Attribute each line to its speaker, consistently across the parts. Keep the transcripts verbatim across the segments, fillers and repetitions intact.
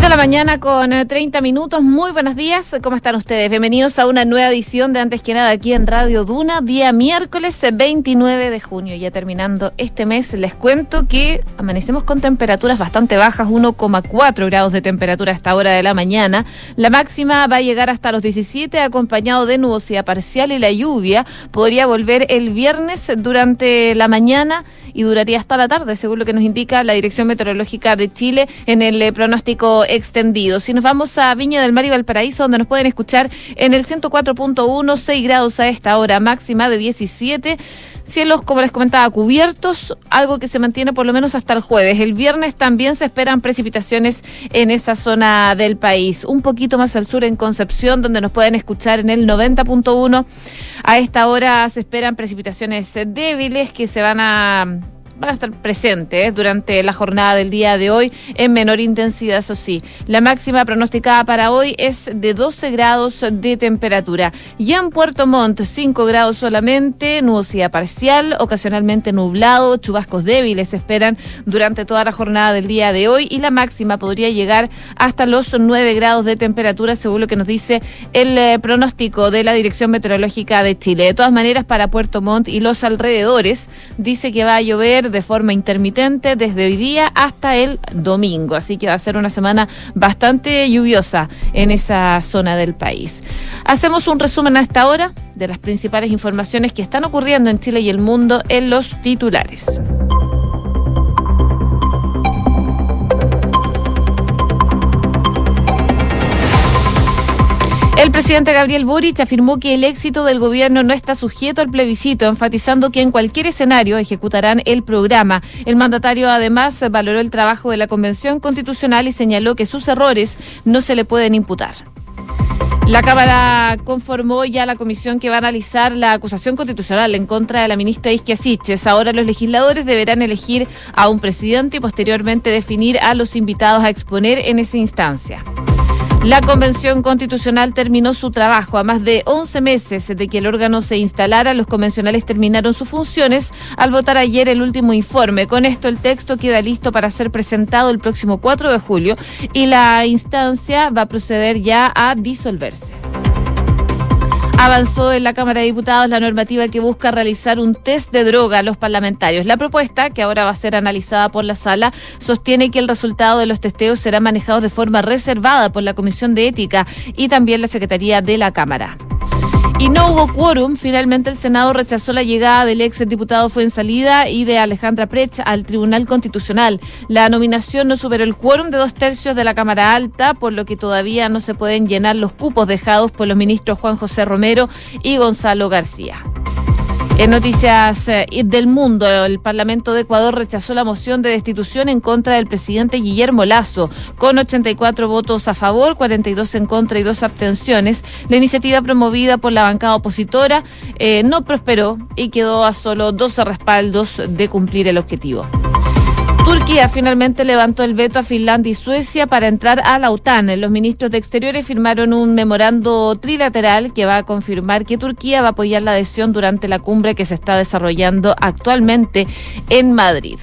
Speaker 1: de la mañana con treinta minutos. Muy buenos días, ¿cómo están ustedes? Bienvenidos a una nueva edición de Antes que Nada aquí en Radio Duna, día miércoles veintinueve de junio. Ya terminando este mes, les cuento que amanecemos con temperaturas bastante bajas, uno coma cuatro grados de temperatura a esta hora de la mañana. La máxima va a llegar hasta los diecisiete, acompañado de nubosidad parcial, y la lluvia podría volver el viernes durante la mañana y duraría hasta la tarde, según lo que nos indica la Dirección Meteorológica de Chile en el eh, pronóstico extendido. Si nos vamos a Viña del Mar y Valparaíso, donde nos pueden escuchar en el ciento cuatro punto uno, seis grados a esta hora, máxima de diecisiete. Cielos, como les comentaba, cubiertos, algo que se mantiene por lo menos hasta el jueves. El viernes también se esperan precipitaciones en esa zona del país. Un poquito más al sur, en Concepción, donde nos pueden escuchar en el noventa punto uno. A esta hora se esperan precipitaciones débiles que se van a... van a estar presentes durante la jornada del día de hoy en menor intensidad, eso sí. La máxima pronosticada para hoy es de doce grados de temperatura. Ya en Puerto Montt, cinco grados solamente, nubosidad parcial, ocasionalmente nublado, chubascos débiles se esperan durante toda la jornada del día de hoy, y la máxima podría llegar hasta los nueve grados de temperatura, según lo que nos dice el eh, pronóstico de la Dirección Meteorológica de Chile. De todas maneras, para Puerto Montt y los alrededores, dice que va a llover de forma intermitente desde hoy día hasta el domingo, así que va a ser una semana bastante lluviosa en esa zona del país. Hacemos un resumen a esta hora de las principales informaciones que están ocurriendo en Chile y el mundo en los titulares. El presidente Gabriel Boric afirmó que el éxito del gobierno no está sujeto al plebiscito, enfatizando que en cualquier escenario ejecutarán el programa. El mandatario además valoró el trabajo de la Convención Constitucional y señaló que sus errores no se le pueden imputar. La Cámara conformó ya la comisión que va a analizar la acusación constitucional en contra de la ministra Isquia Siches. Ahora los legisladores deberán elegir a un presidente y posteriormente definir a los invitados a exponer en esa instancia. La Convención Constitucional terminó su trabajo. A más de once meses de que el órgano se instalara, los convencionales terminaron sus funciones al votar ayer el último informe. Con esto, el texto queda listo para ser presentado el próximo cuatro de julio y la instancia va a proceder ya a disolverse. Avanzó en la Cámara de Diputados la normativa que busca realizar un test de droga a los parlamentarios. La propuesta, que ahora va a ser analizada por la sala, sostiene que el resultado de los testeos será manejado de forma reservada por la Comisión de Ética y también la Secretaría de la Cámara. Y no hubo quórum. Finalmente el Senado rechazó la llegada del ex diputado Fuenzalida y de Alejandra Prech al Tribunal Constitucional. La nominación no superó el quórum de dos tercios de la Cámara Alta, por lo que todavía no se pueden llenar los cupos dejados por los ministros Juan José Romero y Gonzalo García. En noticias eh, del mundo, el Parlamento de Ecuador rechazó la moción de destitución en contra del presidente Guillermo Lasso, con ochenta y cuatro votos a favor, cuarenta y dos en contra y dos abstenciones. La iniciativa promovida por la bancada opositora eh, no prosperó y quedó a solo doce respaldos de cumplir el objetivo. Turquía finalmente levantó el veto a Finlandia y Suecia para entrar a la OTAN. Los ministros de Exteriores firmaron un memorando trilateral que va a confirmar que Turquía va a apoyar la adhesión durante la cumbre que se está desarrollando actualmente en Madrid.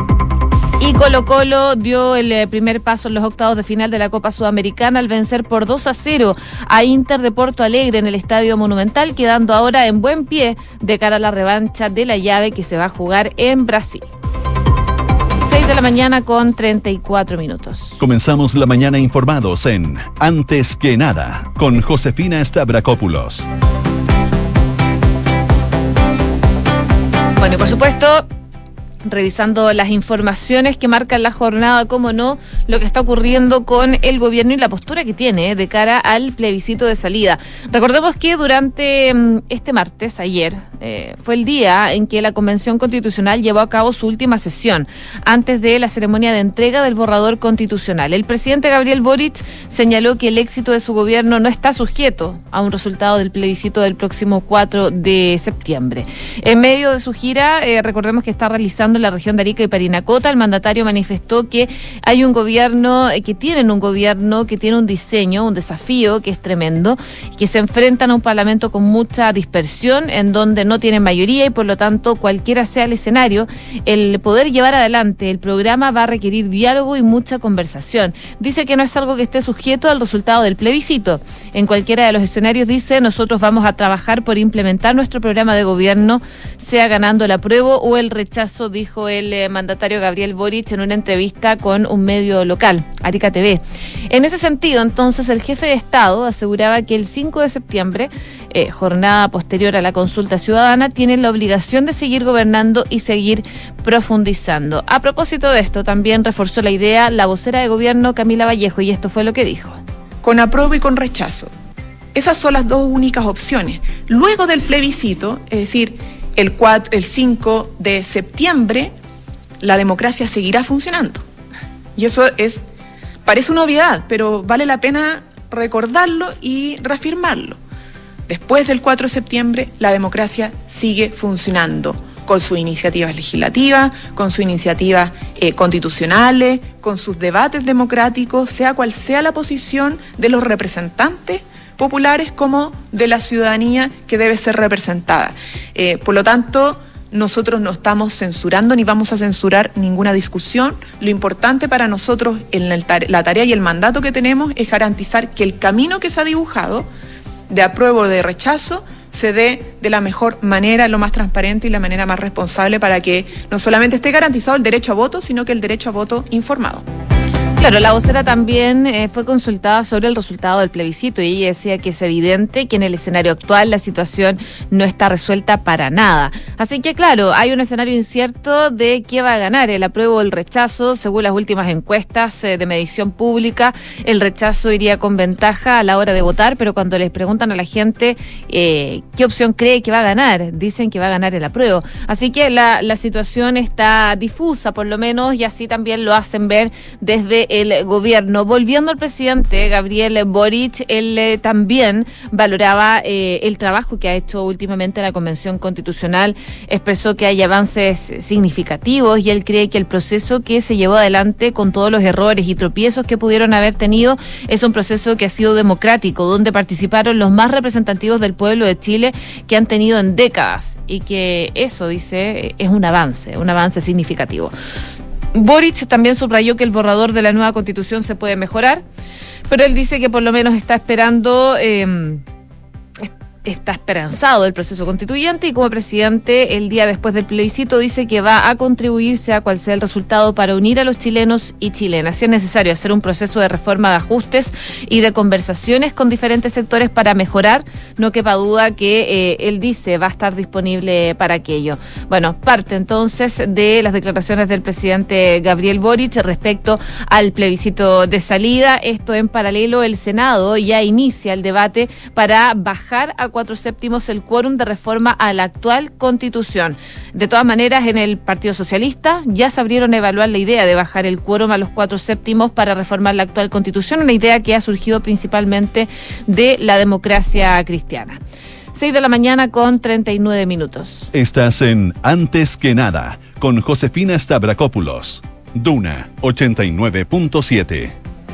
Speaker 1: Y Colo-Colo dio el primer paso en los octavos de final de la Copa Sudamericana al vencer por dos a cero a Inter de Porto Alegre en el Estadio Monumental, quedando ahora en buen pie de cara a la revancha de la llave que se va a jugar en Brasil. seis de la mañana con treinta y cuatro minutos.
Speaker 2: Comenzamos la mañana informados en Antes que Nada con Josefina Stavrakopoulos.
Speaker 1: Bueno, y por supuesto, revisando las informaciones que marcan la jornada, como no, lo que está ocurriendo con el gobierno y la postura que tiene de cara al plebiscito de salida. Recordemos que durante este martes, ayer, eh, fue el día en que la Convención Constitucional llevó a cabo su última sesión, antes de la ceremonia de entrega del borrador constitucional. El presidente Gabriel Boric señaló que el éxito de su gobierno no está sujeto a un resultado del plebiscito del próximo cuatro de septiembre. En medio de su gira, eh, recordemos que está realizando gobernando en la región de Arica y Parinacota. El mandatario manifestó que hay un gobierno, que tienen un gobierno que tiene un diseño, un desafío que es tremendo, que se enfrentan a un parlamento con mucha dispersión, en donde no tienen mayoría y por lo tanto cualquiera sea el escenario, el poder llevar adelante el programa va a requerir diálogo y mucha conversación. Dice que no es algo que esté sujeto al resultado del plebiscito. En cualquiera de los escenarios, dice, nosotros vamos a trabajar por implementar nuestro programa de gobierno, sea ganando el apruebo o el rechazo, dijo el eh, mandatario Gabriel Boric en una entrevista con un medio local, Arica T V. En ese sentido, entonces, el jefe de Estado aseguraba que el cinco de septiembre, eh, jornada posterior a la consulta ciudadana, tienen la obligación de seguir gobernando y seguir profundizando. A propósito de esto, también reforzó la idea la vocera de gobierno Camila Vallejo, y esto fue lo que dijo.
Speaker 3: Con apruebo y con rechazo. Esas son las dos únicas opciones. Luego del plebiscito, es decir, el, cuatro, el cinco de septiembre, la democracia seguirá funcionando. Y eso es, parece una obviedad, pero vale la pena recordarlo y reafirmarlo. Después del cuatro de septiembre, la democracia sigue funcionando, con sus iniciativas legislativas, con sus iniciativas eh, constitucionales, con sus debates democráticos, sea cual sea la posición de los representantes populares como de la ciudadanía que debe ser representada. Eh, por lo tanto, nosotros no estamos censurando ni vamos a censurar ninguna discusión. Lo importante para nosotros en la tarea y el mandato que tenemos es garantizar que el camino que se ha dibujado de apruebo o de rechazo se dé de la mejor manera, lo más transparente y la manera más responsable para que no solamente esté garantizado el derecho a voto, sino que el derecho a voto informado.
Speaker 1: Claro, la vocera también eh, fue consultada sobre el resultado del plebiscito y ella decía que es evidente que en el escenario actual la situación no está resuelta para nada. Así que claro, hay un escenario incierto de qué va a ganar, el apruebo o el rechazo. Según las últimas encuestas eh, de medición pública, el rechazo iría con ventaja a la hora de votar, pero cuando les preguntan a la gente eh, qué opción cree que va a ganar, dicen que va a ganar el apruebo. Así que la, la situación está difusa por lo menos, y así también lo hacen ver desde el gobierno. Volviendo al presidente Gabriel Boric, él eh, también valoraba eh, el trabajo que ha hecho últimamente la Convención Constitucional, expresó que hay avances significativos y él cree que el proceso que se llevó adelante con todos los errores y tropiezos que pudieron haber tenido es un proceso que ha sido democrático, donde participaron los más representativos del pueblo de Chile que han tenido en décadas, y que eso, dice, es un avance, un avance significativo. Boric también subrayó que el borrador de la nueva Constitución se puede mejorar, pero él dice que por lo menos está esperando, eh, está esperanzado el proceso constituyente, y como presidente el día después del plebiscito dice que va a contribuir, sea cual sea el resultado, para unir a los chilenos y chilenas. Si es necesario hacer un proceso de reforma, de ajustes y de conversaciones con diferentes sectores para mejorar, no quepa duda que eh, él dice va a estar disponible para aquello. Bueno, parte entonces de las declaraciones del presidente Gabriel Boric respecto al plebiscito de salida. Esto en paralelo, el Senado ya inicia el debate para bajar a cuatro séptimos el quórum de reforma a la actual Constitución. De todas maneras, en el Partido Socialista ya se abrieron a evaluar la idea de bajar el quórum a los cuatro séptimos para reformar la actual Constitución, una idea que ha surgido principalmente de la democracia cristiana. seis de la mañana con treinta y nueve minutos.
Speaker 2: Estás en Antes que Nada con Josefina Stavrakopoulos. Duna ochenta y nueve punto siete.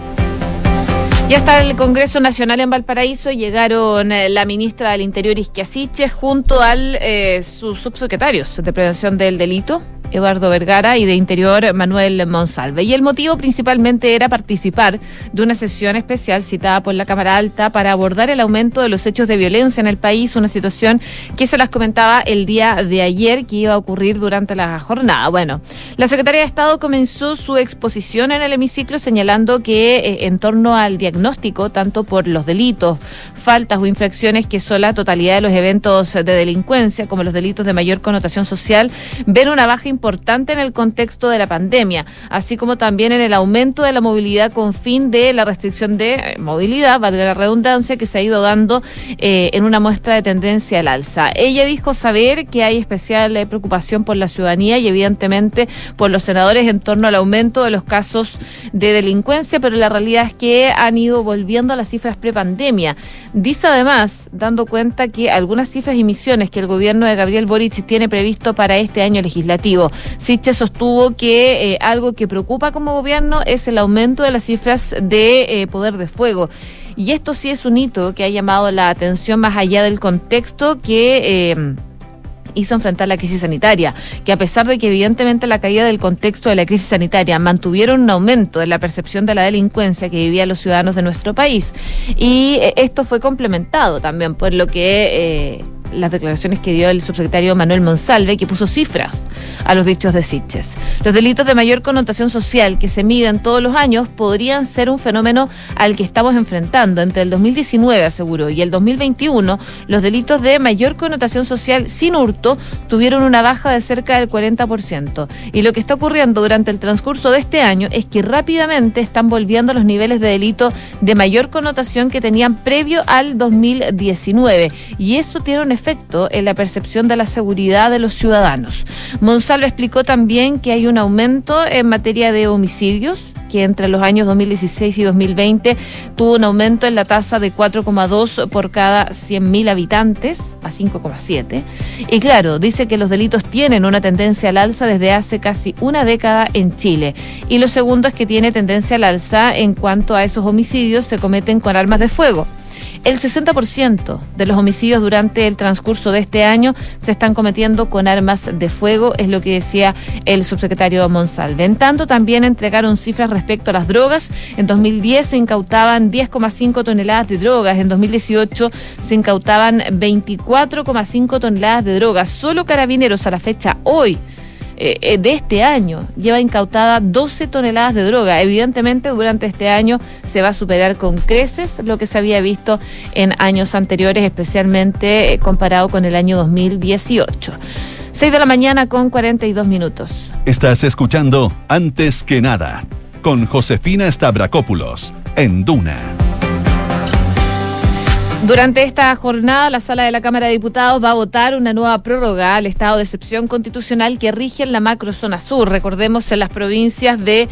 Speaker 1: Ya está el Congreso Nacional en Valparaíso. Llegaron eh, la ministra del Interior, Isquia Siches, junto al eh, sus subsecretarios de Prevención del Delito, Eduardo Vergara, y de Interior, Manuel Monsalve. Y el motivo principalmente era participar de una sesión especial citada por la Cámara Alta para abordar el aumento de los hechos de violencia en el país, una situación que se las comentaba el día de ayer que iba a ocurrir durante la jornada. Bueno, la Secretaría de Estado comenzó su exposición en el hemiciclo señalando que eh, en torno al diagnóstico, tanto por los delitos, faltas o infracciones que son la totalidad de los eventos de delincuencia, como los delitos de mayor connotación social, ven una baja importante en el contexto de la pandemia, así como también en el aumento de la movilidad con fin de la restricción de eh, movilidad, valga la redundancia, que se ha ido dando eh, en una muestra de tendencia al alza. Ella dijo saber que hay especial eh, preocupación por la ciudadanía y evidentemente por los senadores en torno al aumento de los casos de delincuencia, pero la realidad es que han ido volviendo a las cifras prepandemia. Dice además, dando cuenta que algunas cifras y misiones que el gobierno de Gabriel Boric tiene previsto para este año legislativo explicó. Siches sostuvo que eh, algo que preocupa como gobierno es el aumento de las cifras de eh, poder de fuego. Y esto sí es un hito que ha llamado la atención más allá del contexto que eh, hizo enfrentar la crisis sanitaria, que a pesar de que evidentemente la caída del contexto de la crisis sanitaria mantuvieron un aumento en la percepción de la delincuencia que vivían los ciudadanos de nuestro país. Y eh, esto fue complementado también por lo que... Eh, las declaraciones que dio el subsecretario Manuel Monsalve, que puso cifras a los dichos de Siches. Los delitos de mayor connotación social que se miden todos los años podrían ser un fenómeno al que estamos enfrentando. Entre el dos mil diecinueve, aseguró, y el dos mil veintiuno, los delitos de mayor connotación social sin hurto tuvieron una baja de cerca del cuarenta por ciento. Y lo que está ocurriendo durante el transcurso de este año es que rápidamente están volviendo a los niveles de delito de mayor connotación que tenían previo al dos mil diecinueve. Y eso tiene un efecto en la percepción de la seguridad de los ciudadanos. Monsalve explicó también que hay un aumento en materia de homicidios, que entre los años dos mil dieciséis y dos mil veinte tuvo un aumento en la tasa de cuatro coma dos por cada cien mil habitantes a cinco coma siete. Y claro, dice que los delitos tienen una tendencia al alza desde hace casi una década en Chile. Y lo segundo es que tiene tendencia al alza en cuanto a esos homicidios se cometen con armas de fuego. El sesenta por ciento de los homicidios durante el transcurso de este año se están cometiendo con armas de fuego, es lo que decía el subsecretario Monsalve. En tanto, también entregaron cifras respecto a las drogas. En dos mil diez se incautaban diez coma cinco toneladas de drogas, en dos mil dieciocho se incautaban veinticuatro coma cinco toneladas de drogas. Solo Carabineros a la fecha hoy, Eh, de este año, lleva incautada doce toneladas de droga. Evidentemente, durante este año se va a superar con creces lo que se había visto en años anteriores, especialmente eh, comparado con el año dos mil dieciocho. seis de la mañana con cuarenta y dos minutos.
Speaker 2: Estás escuchando Antes que Nada, con Josefina Stavrakopoulos, en Duna.
Speaker 1: Durante esta jornada, la Sala de la Cámara de Diputados va a votar una nueva prórroga al estado de excepción constitucional que rige en la macrozona sur. Recordemos, en las provincias de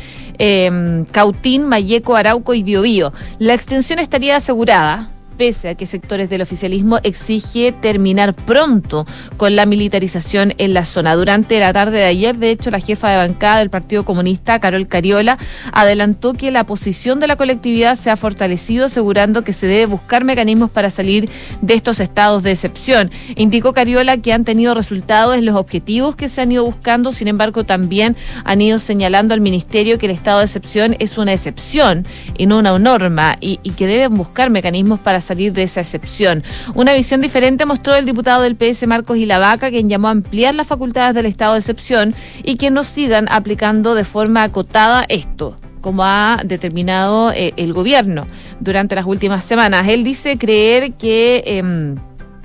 Speaker 1: eh, Cautín, Malleco, Arauco y Biobío. La extensión estaría asegurada, pese a que sectores del oficialismo exige terminar pronto con la militarización en la zona. Durante la tarde de ayer, de hecho, la jefa de bancada del Partido Comunista, Carol Cariola, adelantó que la posición de la colectividad se ha fortalecido, asegurando que se debe buscar mecanismos para salir de estos estados de excepción. Indicó Cariola que han tenido resultados en los objetivos que se han ido buscando, sin embargo, también han ido señalando al Ministerio que el estado de excepción es una excepción y no una norma, y, y que deben buscar mecanismos para salir de esa excepción. Una visión diferente mostró el diputado del P S, Marcos Ilavaca, quien llamó a ampliar las facultades del estado de excepción y que no sigan aplicando de forma acotada esto, como ha determinado eh, el gobierno durante las últimas semanas. Él dice creer que... Eh,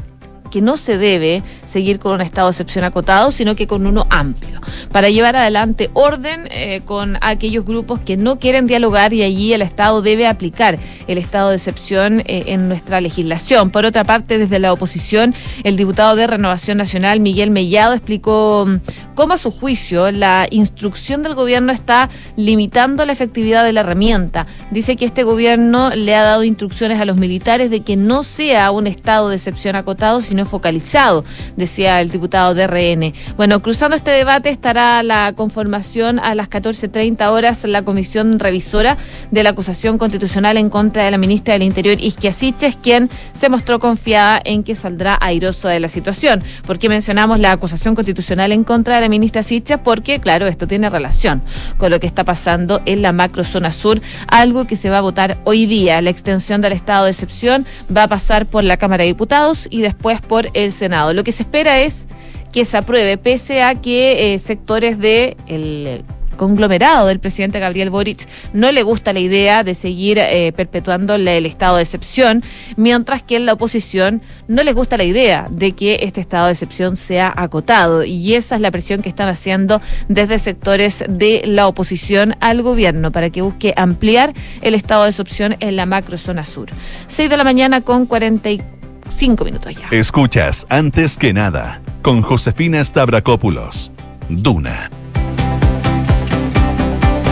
Speaker 1: que no se debe seguir con un estado de excepción acotado, sino que con uno amplio, para llevar adelante orden eh, con aquellos grupos que no quieren dialogar, y allí el Estado debe aplicar el estado de excepción eh, en nuestra legislación. Por otra parte, desde la oposición, el diputado de Renovación Nacional, Miguel Mellado, explicó cómo a su juicio la instrucción del gobierno está limitando la efectividad de la herramienta. Dice que este gobierno le ha dado instrucciones a los militares de que no sea un estado de excepción acotado, sino focalizado, decía el diputado de R N. Bueno, cruzando este debate estará la conformación a las catorce treinta horas la comisión revisora de la acusación constitucional en contra de la ministra del Interior, Isquia Siches, quien se mostró confiada en que saldrá airosa de la situación. ¿Por qué mencionamos la acusación constitucional en contra de la ministra Siches? Porque, claro, esto tiene relación con lo que está pasando en la macrozona sur, algo que se va a votar hoy día. La extensión del estado de excepción va a pasar por la Cámara de Diputados y después por el Senado. Lo que se espera es que se apruebe, pese a que eh, sectores de el conglomerado del presidente Gabriel Boric no le gusta la idea de seguir eh, perpetuando el, el estado de excepción, mientras que en la oposición no les gusta la idea de que este estado de excepción sea acotado, y esa es la presión que están haciendo desde sectores de la oposición al gobierno para que busque ampliar el estado de excepción en la macrozona sur. seis de la mañana con cuarenta y cuatro Cinco minutos ya.
Speaker 2: Escuchas Antes que Nada, con Josefina Stavrakopoulos, Duna.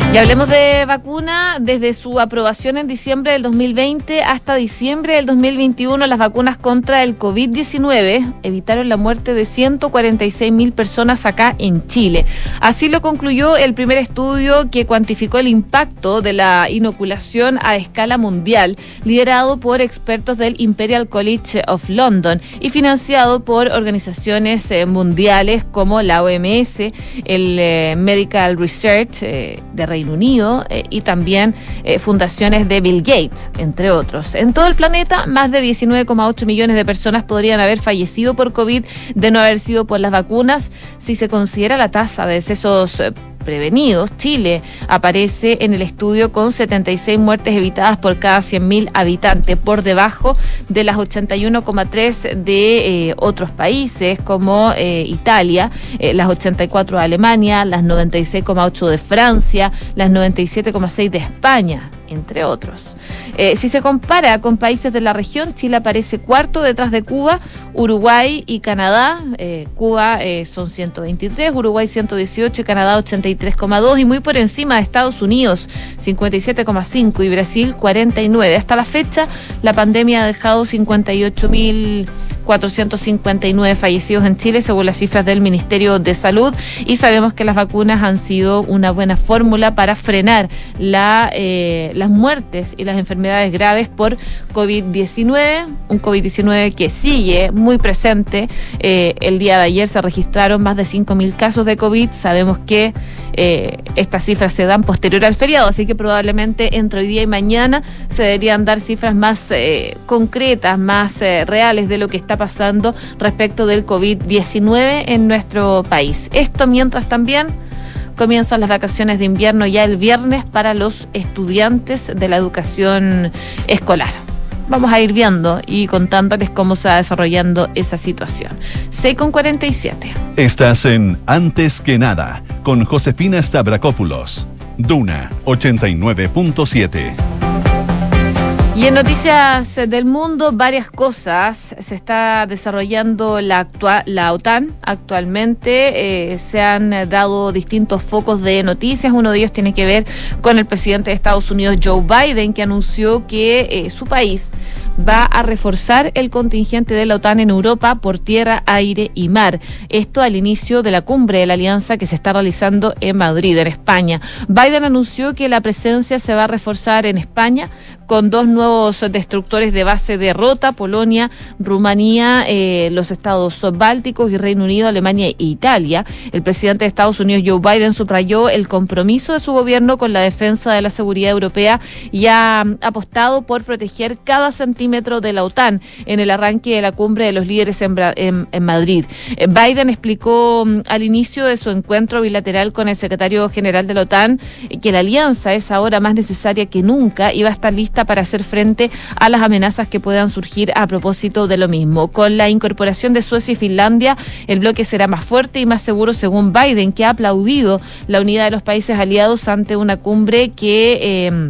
Speaker 1: Y hablemos de vacuna. Desde su aprobación en diciembre del dos mil veinte hasta diciembre del dos mil veintiuno, las vacunas contra el COVID diecinueve evitaron la muerte de ciento cuarenta y seis mil personas acá en Chile. Así lo concluyó el primer estudio que cuantificó el impacto de la inoculación a escala mundial, liderado por expertos del Imperial College of London y financiado por organizaciones eh, mundiales como la O M S, el eh, Medical Research eh, de Reino Unido eh, y también eh, fundaciones de Bill Gates, entre otros. En todo el planeta, más de diecinueve coma ocho millones de personas podrían haber fallecido por COVID de no haber sido por las vacunas. Si se considera la tasa de decesos eh, prevenidos, Chile aparece en el estudio con setenta y seis muertes evitadas por cada cien mil habitantes, por debajo de las ochenta y uno coma tres de eh, otros países como eh, Italia, eh, las ochenta y cuatro de Alemania, las noventa y seis coma ocho de Francia, las noventa y siete coma seis de España, entre otros. Eh, si se compara con países de la región, Chile aparece cuarto detrás de Cuba, Uruguay y Canadá. Eh, Cuba eh, son ciento veintitrés, Uruguay ciento dieciocho y Canadá ochenta y tres coma dos, y muy por encima de Estados Unidos, cincuenta y siete coma cinco, y Brasil cuarenta y nueve. Hasta la fecha, la pandemia ha dejado cincuenta y ocho mil cuatrocientos cincuenta y nueve fallecidos en Chile, según las cifras del Ministerio de Salud, y sabemos que las vacunas han sido una buena fórmula para frenar la, eh, las muertes y las enfermedades graves por COVID diecinueve, un COVID diecinueve que sigue muy presente. Eh, el día de ayer se registraron más de cinco mil casos de COVID. Sabemos que eh, estas cifras se dan posterior al feriado, así que probablemente entre hoy día y mañana se deberían dar cifras más eh, concretas, más eh, reales de lo que está pasando respecto del COVID diecinueve en nuestro país. Esto mientras también comienzan las vacaciones de invierno ya el viernes para los estudiantes de la educación escolar. Vamos a ir viendo y contándoles cómo se va desarrollando esa situación. seis con cuarenta y siete.
Speaker 2: Estás en Antes que Nada, con Josefina Stavrakopoulos. Duna ochenta y nueve punto siete.
Speaker 1: Y en noticias del mundo, varias cosas. Se está desarrollando la, actua- la OTAN actualmente. Eh, se han dado distintos focos de noticias. Uno de ellos tiene que ver con el presidente de Estados Unidos, Joe Biden, que anunció que eh, su país va a reforzar el contingente de la OTAN en Europa por tierra, aire y mar. Esto al inicio de la cumbre de la alianza que se está realizando en Madrid, en España. Biden anunció que la presencia se va a reforzar en España con dos nuevos destructores de base de Rota, Polonia, Rumanía, eh, los estados bálticos y Reino Unido, Alemania e Italia. El presidente de Estados Unidos, Joe Biden, subrayó el compromiso de su gobierno con la defensa de la seguridad europea y ha apostado por proteger cada centímetro de la OTAN en el arranque de la cumbre de los líderes en, en, en Madrid. Eh, Biden explicó um, al inicio de su encuentro bilateral con el secretario general de la OTAN eh, que la alianza es ahora más necesaria que nunca y va a estar lista para hacer frente a las amenazas que puedan surgir a propósito de lo mismo. Con la incorporación de Suecia y Finlandia, el bloque será más fuerte y más seguro, según Biden, que ha aplaudido la unidad de los países aliados ante una cumbre que Eh,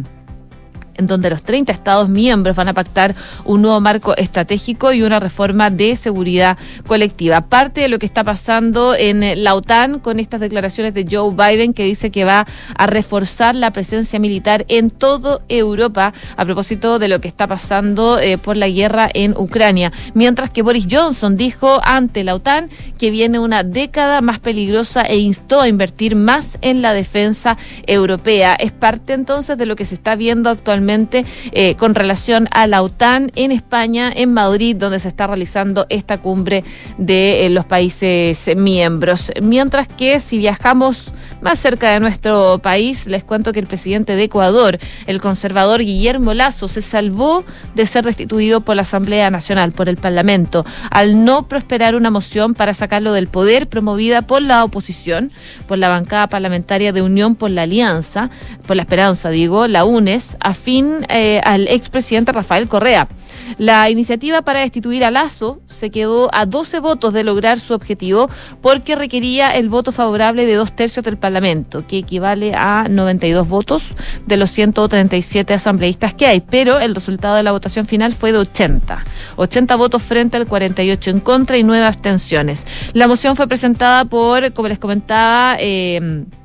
Speaker 1: en donde los treinta Estados miembros van a pactar un nuevo marco estratégico y una reforma de seguridad colectiva. Parte de lo que está pasando en la OTAN con estas declaraciones de Joe Biden, que dice que va a reforzar la presencia militar en toda Europa a propósito de lo que está pasando eh, por la guerra en Ucrania. Mientras que Boris Johnson dijo ante la OTAN que viene una década más peligrosa e instó a invertir más en la defensa europea. Es parte entonces de lo que se está viendo actualmente Eh, con relación a la OTAN en España, en Madrid, donde se está realizando esta cumbre de eh, los países eh, miembros. Mientras que si viajamos más cerca de nuestro país, les cuento que el presidente de Ecuador, el conservador Guillermo Lasso, se salvó de ser destituido por la Asamblea Nacional, por el Parlamento, al no prosperar una moción para sacarlo del poder promovida por la oposición, por la bancada parlamentaria de Unión por la Alianza, por la Esperanza, digo, la UNES, a fin Eh, al expresidente Rafael Correa. La iniciativa para destituir a Lasso se quedó a doce votos de lograr su objetivo porque requería el voto favorable de dos tercios del Parlamento, que equivale a noventa y dos votos de los ciento treinta y siete asambleístas que hay, pero el resultado de la votación final fue de ochenta. ochenta votos frente al cuarenta y ocho en contra y nueve abstenciones. La moción fue presentada por, como les comentaba, eh,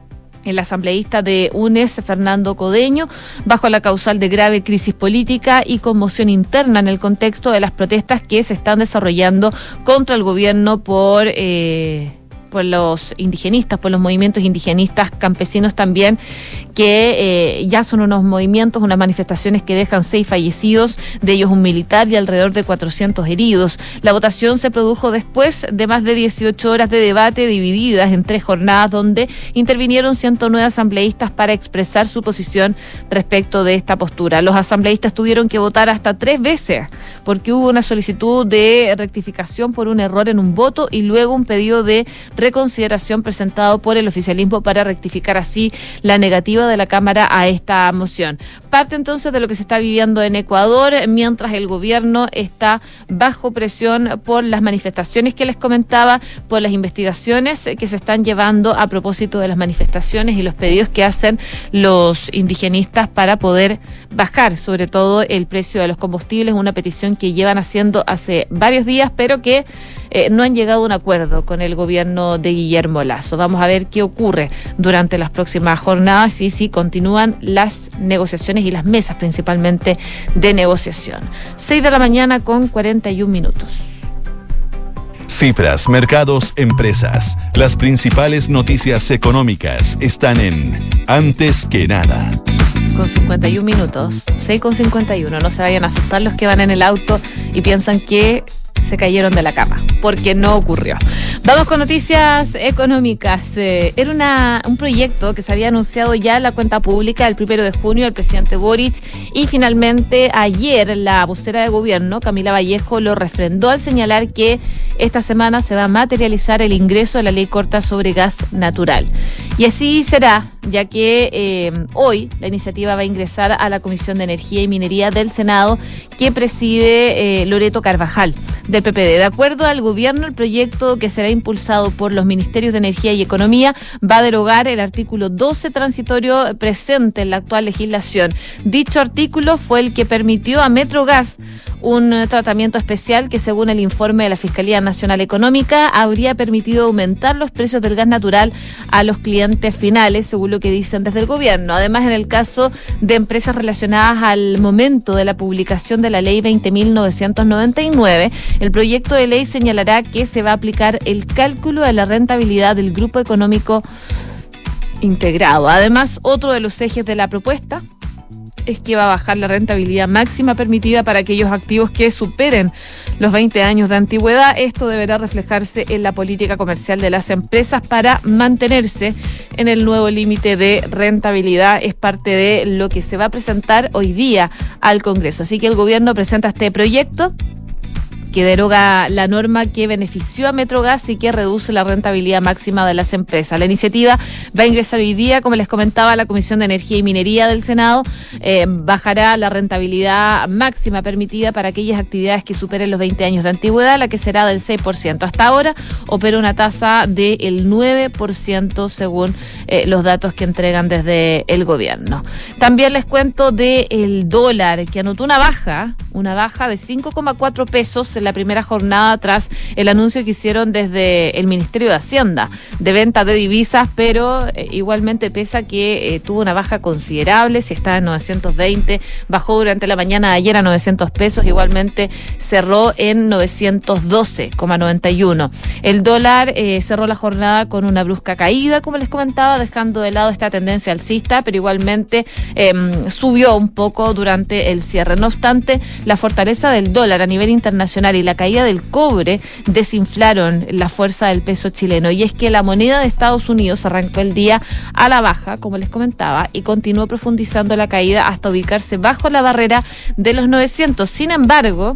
Speaker 1: El asambleísta de U N E S, Fernando Codeño, bajo la causal de grave crisis política y conmoción interna en el contexto de las protestas que se están desarrollando contra el gobierno por... Eh, por los indigenistas, por los movimientos indigenistas campesinos también, que eh, ya son unos movimientos, unas manifestaciones que dejan seis fallecidos, de ellos un militar y alrededor de cuatrocientos heridos. La votación se produjo después de más de dieciocho horas de debate divididas en tres jornadas, donde intervinieron ciento nueve asambleístas para expresar su posición respecto de esta postura. Los asambleístas tuvieron que votar hasta tres veces, porque hubo una solicitud de rectificación por un error en un voto y luego un pedido de reconsideración presentado por el oficialismo para rectificar así la negativa de la Cámara a esta moción. Parte entonces de lo que se está viviendo en Ecuador, mientras el gobierno está bajo presión por las manifestaciones que les comentaba, por las investigaciones que se están llevando a propósito de las manifestaciones y los pedidos que hacen los indigenistas para poder bajar sobre todo el precio de los combustibles, una petición que llevan haciendo hace varios días, pero que eh, no han llegado a un acuerdo con el gobierno de Guillermo Lasso. Vamos a ver qué ocurre durante las próximas jornadas y si continúan las negociaciones y las mesas principalmente de negociación. seis de la mañana con cuarenta y un minutos.
Speaker 2: Cifras, mercados, empresas. Las principales noticias económicas están en Antes que Nada.
Speaker 1: Con cincuenta y un minutos, seis con cincuenta y uno. No se vayan a asustar los que van en el auto y piensan que se cayeron de la cama, porque no ocurrió. Vamos con noticias económicas. Eh, era una, un proyecto que se había anunciado ya en la cuenta pública el primero de junio el presidente Boric, y finalmente ayer la vocera de gobierno, Camila Vallejo, lo refrendó al señalar que esta semana se va a materializar el ingreso de la ley corta sobre gas natural. Y así será, ya que eh, hoy la iniciativa va a ingresar a la Comisión de Energía y Minería del Senado, que preside eh, Loreto Carvajal, del P P D. De acuerdo al gobierno, el proyecto, que será impulsado por los Ministerios de Energía y Economía, va a derogar el artículo doce transitorio presente en la actual legislación. Dicho artículo fue el que permitió a Metrogas un tratamiento especial que, según el informe de la Fiscalía Nacional Económica, habría permitido aumentar los precios del gas natural a los clientes finales, según lo que dicen desde el gobierno. Además, en el caso de empresas relacionadas al momento de la publicación de la Ley veinte mil novecientos noventa y nueve, el proyecto de ley señalará que se va a aplicar el cálculo de la rentabilidad del grupo económico integrado. Además, otro de los ejes de la propuesta es que va a bajar la rentabilidad máxima permitida para aquellos activos que superen los veinte años de antigüedad. Esto deberá reflejarse en la política comercial de las empresas para mantenerse en el nuevo límite de rentabilidad. Es parte de lo que se va a presentar hoy día al Congreso. Así que el gobierno presenta este proyecto que deroga la norma que benefició a Metrogas y que reduce la rentabilidad máxima de las empresas. La iniciativa va a ingresar hoy día, como les comentaba, a la Comisión de Energía y Minería del Senado. Eh, bajará la rentabilidad máxima permitida para aquellas actividades que superen los veinte años de antigüedad, la que será del seis por ciento. Hasta ahora opera una tasa del nueve por ciento según eh, los datos que entregan desde el gobierno. También les cuento del dólar, que anotó una baja, una baja de cinco coma cuatro pesos en la primera jornada tras el anuncio que hicieron desde el Ministerio de Hacienda de venta de divisas, pero eh, igualmente pesa que eh, tuvo una baja considerable. Si estaba en novecientos veinte, bajó durante la mañana de ayer a novecientos pesos, igualmente cerró en novecientos doce coma noventa y uno. El dólar eh, cerró la jornada con una brusca caída, como les comentaba, dejando de lado esta tendencia alcista, pero igualmente eh, subió un poco durante el cierre. No obstante, la fortaleza del dólar a nivel internacional y la caída del cobre desinflaron la fuerza del peso chileno, y es que la moneda de Estados Unidos arrancó el día a la baja, como les comentaba, y continuó profundizando la caída hasta ubicarse bajo la barrera de los novecientos. Sin embargo,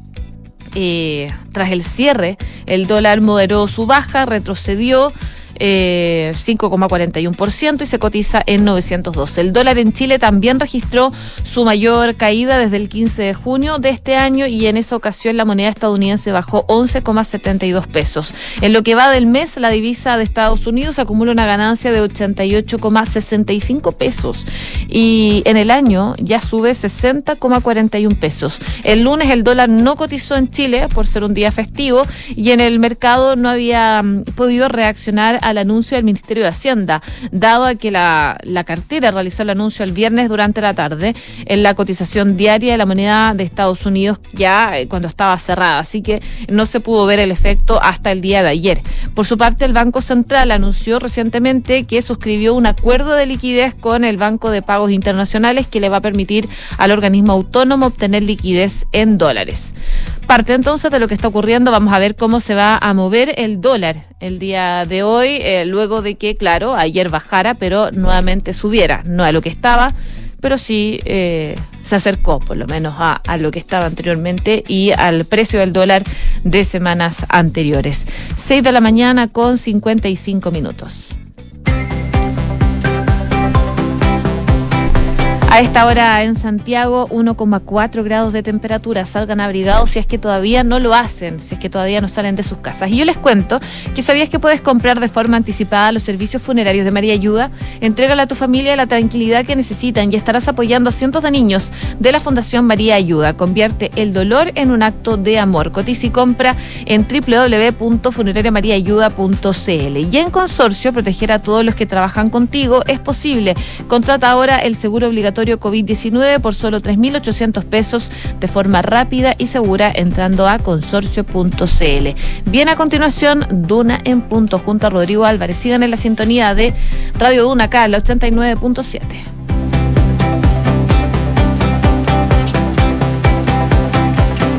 Speaker 1: eh, tras el cierre, el dólar moderó su baja, retrocedió Eh, cinco coma cuarenta y uno por ciento y se cotiza en novecientos doce. El dólar en Chile también registró su mayor caída desde el quince de junio de este año, y en esa ocasión la moneda estadounidense bajó once coma setenta y dos pesos. En lo que va del mes, la divisa de Estados Unidos acumula una ganancia de ochenta y ocho coma sesenta y cinco pesos, y en el año ya sube sesenta coma cuarenta y uno pesos. El lunes el dólar no cotizó en Chile por ser un día festivo, y en el mercado no había um, podido reaccionar al anuncio del Ministerio de Hacienda, dado a que la, la cartera realizó el anuncio el viernes durante la tarde en la cotización diaria de la moneda de Estados Unidos ya eh, cuando estaba cerrada, así que no se pudo ver el efecto hasta el día de ayer. Por su parte, el Banco Central anunció recientemente que suscribió un acuerdo de liquidez con el Banco de Pagos Internacionales que le va a permitir al organismo autónomo obtener liquidez en dólares. Parte entonces de lo que está ocurriendo, vamos a ver cómo se va a mover el dólar el día de hoy, eh, luego de que, claro, ayer bajara, pero nuevamente subiera, no a lo que estaba, pero sí eh, se acercó por lo menos a, a lo que estaba anteriormente y al precio del dólar de semanas anteriores. seis de la mañana con cincuenta y cinco minutos. A esta hora en Santiago, uno coma cuatro grados de temperatura. Salgan abrigados si es que todavía no lo hacen, si es que todavía no salen de sus casas. Y yo les cuento que sabías que puedes comprar de forma anticipada los servicios funerarios de María Ayuda. Entrégale a tu familia la tranquilidad que necesitan y estarás apoyando a cientos de niños de la Fundación María Ayuda. Convierte el dolor en un acto de amor. Cotiza y compra en doble u doble u doble u punto funeraria maría ayuda punto c l. Y en Consorcio, proteger a todos los que trabajan contigo es posible. Contrata ahora el seguro obligatorio COVID diecinueve por solo tres mil ochocientos pesos de forma rápida y segura entrando a consorcio punto c l. Bien, a continuación, Duna en punto junto a Rodrigo Álvarez. Sigan en la sintonía de Radio Duna acá, la ochenta y nueve punto siete.